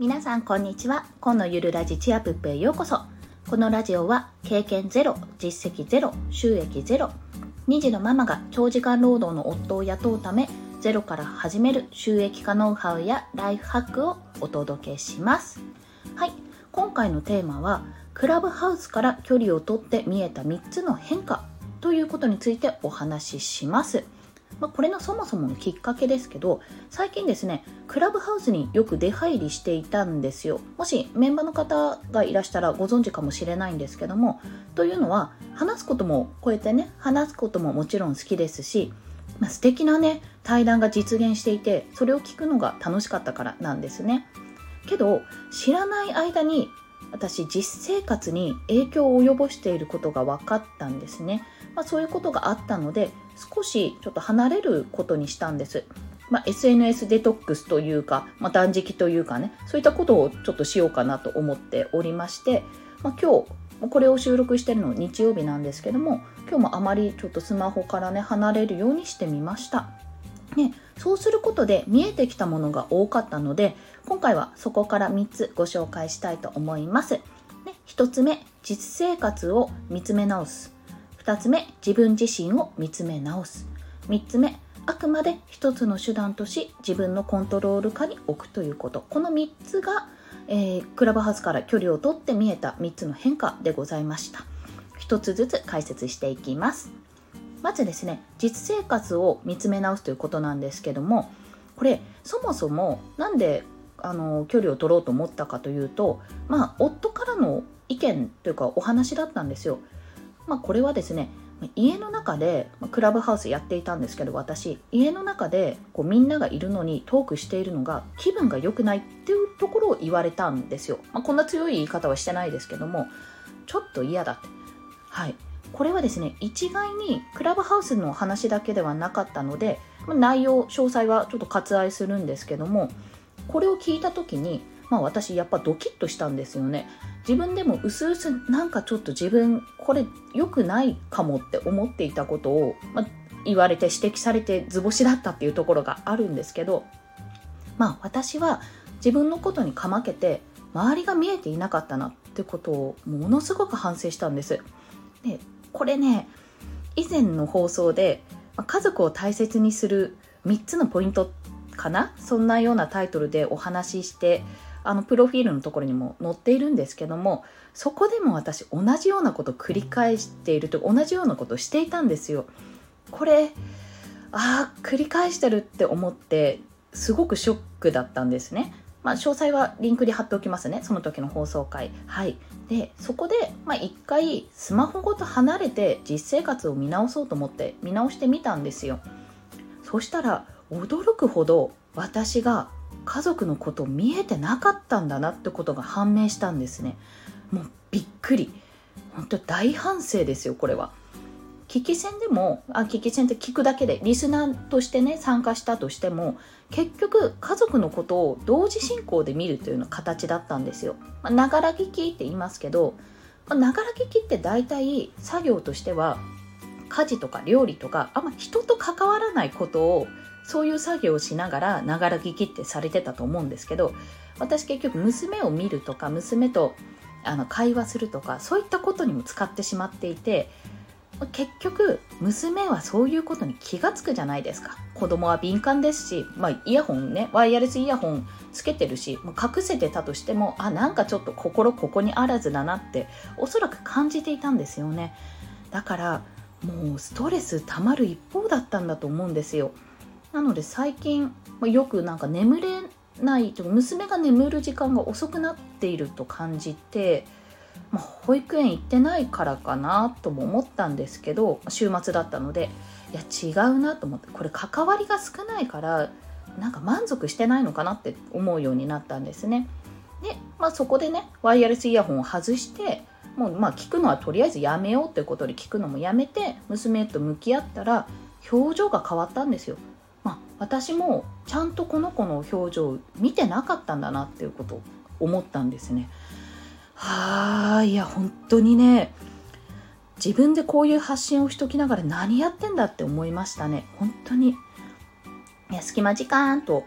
皆さんこんにちは。今のゆるラジチアプップへようこそ。このラジオは経験ゼロ、実績ゼロ、収益ゼロ、2児のママが長時間労働の夫を雇うためゼロから始める収益化ノウハウやライフハックをお届けします。はい、今回のテーマはクラブハウスから距離を取って見えた3つの変化ということについてお話しします。これのそもそものきっかけですけど、最近ですね、クラブハウスによく出入りしていたんですよ。もしメンバーの方がいらしたらご存知かもしれないんですけども、というのは話すこともこうやってね、話すことももちろん好きですし、素敵なね対談が実現していて、それを聞くのが楽しかったからなんですね。けど知らない間に私実生活に影響を及ぼしていることが分かったんですね。そういうことがあったので少しちょっと離れることにしたんです。SNS デトックスというか、断食というかね、そういったことをちょっとしようかなと思っておりまして、今日これを収録しているの日曜日なんですけども、今日もあまりちょっとスマホからね離れるようにしてみました。そうすることで見えてきたものが多かったので、今回はそこから3つご紹介したいと思います。1つ目、実生活を見つめ直す。2つ目、自分自身を見つめ直す。3つ目、あくまで一つの手段とし自分のコントロール下に置くということ。この3つが、クラブハウスから距離を取って見えた3つの変化でございました。1つずつ解説していきます。まずですね、実生活を見つめ直すということなんですけども、これそもそもなんで距離を取ろうと思ったかというと、夫からの意見というかお話だったんですよ。これはですね、家の中でクラブハウスやっていたんですけど、私家の中でみんながいるのにトークしているのが気分が良くないっていうところを言われたんですよ。こんな強い言い方はしてないですけども、ちょっと嫌だって。はい、これはですね、一概にクラブハウスの話だけではなかったので、内容詳細はちょっと割愛するんですけども、これを聞いた時に私やっぱドキッとしたんですよね。自分でもうすうすなんかちょっと自分これ良くないかもって思っていたことを、言われて指摘されて図星だったっていうところがあるんですけど、私は自分のことにかまけて周りが見えていなかったなってことをものすごく反省したんです。でこれね、以前の放送で家族を大切にする3つのポイントかな、そんなようなタイトルでお話しして、プロフィールのところにも載っているんですけども、そこでも私同じようなことを繰り返しているというか、同じようなことをしていたんですよ。これ繰り返してるって思ってすごくショックだったんですね。詳細はリンクで貼っておきますね、その時の放送回。でそこで一回スマホごと離れて実生活を見直そうと思って見直してみたんですよ。そしたら驚くほど私が家族のことを見えてなかったんだなってことが判明したんですね。もうびっくり、本当大反省ですよ。これは聞き戦でも聞き戦って聞くだけでリスナーとしてね参加したとしても、結局家族のことを同時進行で見るというような形だったんですよ。ながら聞きって言いますけど、ながら聞きって大体作業としては家事とか料理とか人と関わらないことを、そういう作業をしながらながら聞きってされてたと思うんですけど、私結局娘を見るとか娘と会話するとか、そういったことにも使ってしまっていて、結局娘はそういうことに気がつくじゃないですか。子供は敏感ですし、イヤホンね、ワイヤレスイヤホンつけてるし、隠せてたとしてもなんかちょっと心ここにあらずだなっておそらく感じていたんですよね。だからもうストレス溜まる一方だったんだと思うんですよ。なので最近よく眠れないと、娘が眠る時間が遅くなっていると感じて、保育園行ってないからかなとも思ったんですけど、週末だったので違うなと思って、これ関わりが少ないから満足してないのかなって思うようになったんですね。で、そこでねワイヤレスイヤホンを外して、もう聞くのはとりあえずやめようということで聞くのもやめて娘と向き合ったら表情が変わったんですよ。私もちゃんとこの子の表情を見てなかったんだなっていうことを思ったんですね。いや本当にね、自分でこういう発信をしときながら何やってんだって思いましたね。本当に隙間時間と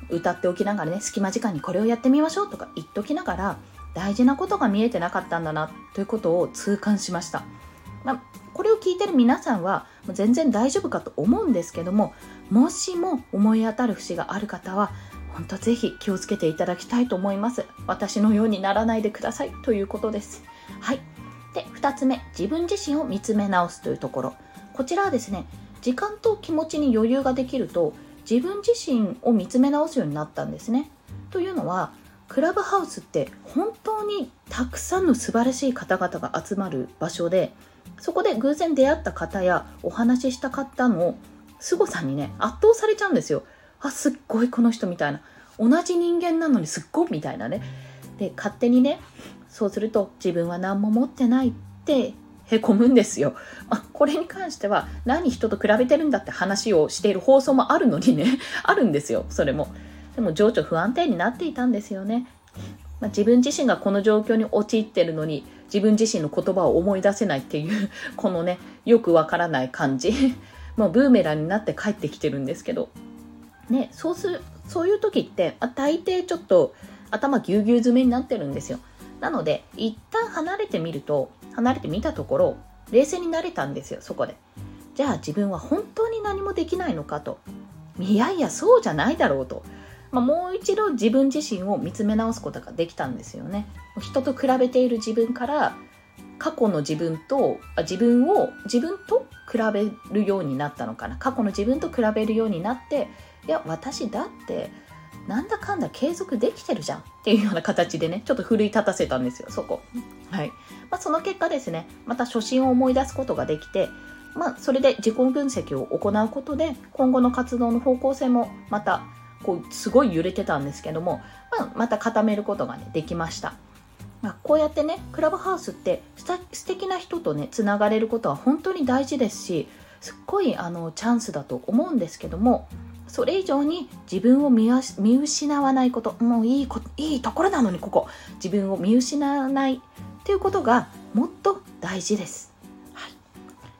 歌っておきながらね、隙間時間にこれをやってみましょうとか言っときながら、大事なことが見えてなかったんだなということを痛感しました。これを聞いてる皆さんは全然大丈夫かと思うんですけども、もしも思い当たる節がある方は本当ぜひ気をつけていただきたいと思います。私のようにならないでくださいということです。はい。で、2つ目、自分自身を見つめ直すというところ。こちらはですね、時間と気持ちに余裕ができると自分自身を見つめ直すようになったんですね。というのは、クラブハウスって本当にたくさんの素晴らしい方々が集まる場所で、そこで偶然出会った方やお話しした方の凄さにね、圧倒されちゃうんですよ。すっごいこの人みたいな、同じ人間なのにすっごいみたいなね。で、勝手にね、そうすると自分は何も持ってないってへこむんですよ。これに関しては何人と比べてるんだって話をしている放送もあるのにねあるんですよ。それもでも情緒不安定になっていたんですよね。自分自身がこの状況に陥っているのに自分自身の言葉を思い出せないっていうこのね、よくわからない感じもうブーメランになって帰ってきてるんですけどね。そういう時って大抵ちょっと頭ぎゅうぎゅう詰めになってるんですよ。なので一旦離れてみたところ冷静になれたんですよ。そこでじゃあ自分は本当に何もできないのかと、いやいやそうじゃないだろうと、もう一度自分自身を見つめ直すことができたんですよね。人と比べている自分から過去の自分と比べるようになったのかな。過去の自分と比べるようになって、いや私だってなんだかんだ継続できてるじゃんっていうような形でね、ちょっと奮い立たせたんですよ、そこ。はい。その結果ですね、また初心を思い出すことができて、それで自己分析を行うことで今後の活動の方向性もまたすごい揺れてたんですけども、また固めることがねできました。こうやってね、クラブハウスって素敵な人とねつながれることは本当に大事ですし、すっごいチャンスだと思うんですけども、それ以上に自分を見失わないこと、もういいところなのに自分を見失わないということがもっと大事です。はい。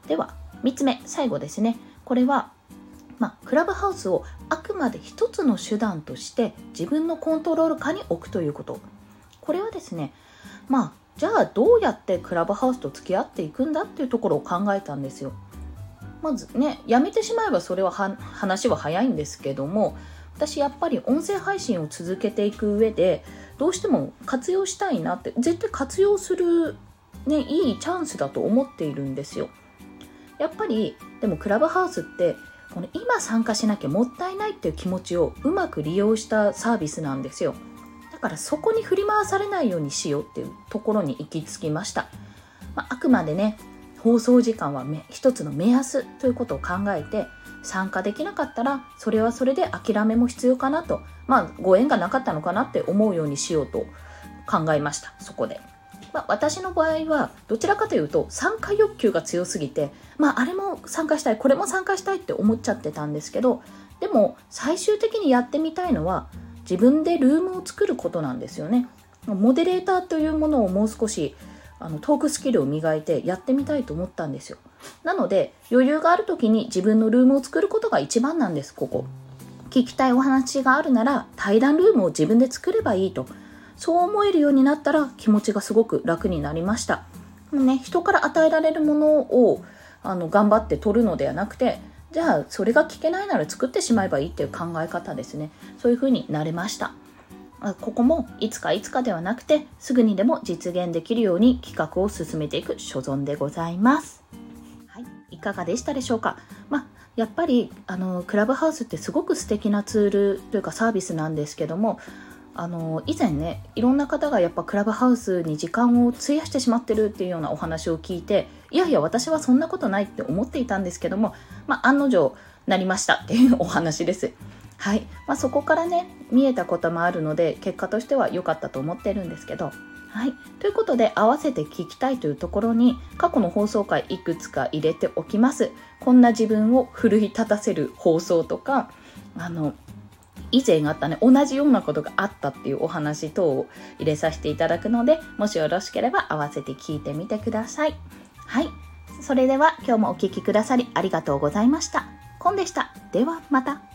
では3つ目、最後ですね。これはクラブハウスをあくまで一つの手段として自分のコントロール下に置くということ。これはですね、じゃあどうやってクラブハウスと付き合っていくんだっていうところを考えたんですよ。まずね、やめてしまえばそれは話は早いんですけども、私やっぱり音声配信を続けていく上でどうしても活用したいなって、絶対活用する、いいチャンスだと思っているんですよ。やっぱりでもクラブハウスってこの今参加しなきゃもったいないっていう気持ちをうまく利用したサービスなんですよ。だからそこに振り回されないようにしようっていうところに行き着きました。あくまでね、放送時間は一つの目安ということを考えて、参加できなかったらそれはそれで諦めも必要かなと、ご縁がなかったのかなって思うようにしようと考えました。そこで私の場合はどちらかというと参加欲求が強すぎて、あれも参加したいこれも参加したいって思っちゃってたんですけど、でも最終的にやってみたいのは自分でルームを作ることなんですよね。モデレーターというものをもう少しトークスキルを磨いてやってみたいと思ったんですよ。なので余裕がある時に自分のルームを作ることが一番なんです。聞きたいお話があるなら対談ルームを自分で作ればいいと、そう思えるようになったら気持ちがすごく楽になりました。人から与えられるものを頑張って取るのではなくて、じゃあそれが聞けないなら作ってしまえばいいっていう考え方ですね。そういう風になれました。ここもいつかではなくてすぐにでも実現できるように企画を進めていく所存でございます。はい、いかがでしたでしょうか。やっぱりクラブハウスってすごく素敵なツールというかサービスなんですけども、以前ね、いろんな方がやっぱクラブハウスに時間を費やしてしまってるっていうようなお話を聞いて、いやいや私はそんなことないって思っていたんですけども、案の定なりましたっていうお話です。はい。そこからね見えたこともあるので結果としては良かったと思ってるんですけど、はい。ということで合わせて聞きたいというところに過去の放送回いくつか入れておきます。こんな自分を奮い立たせる放送とか、以前あったね、同じようなことがあったっていうお話等を入れさせていただくので、もしよろしければ合わせて聞いてみてください。はい。それでは今日もお聞きくださりありがとうございました。コンでした。ではまた。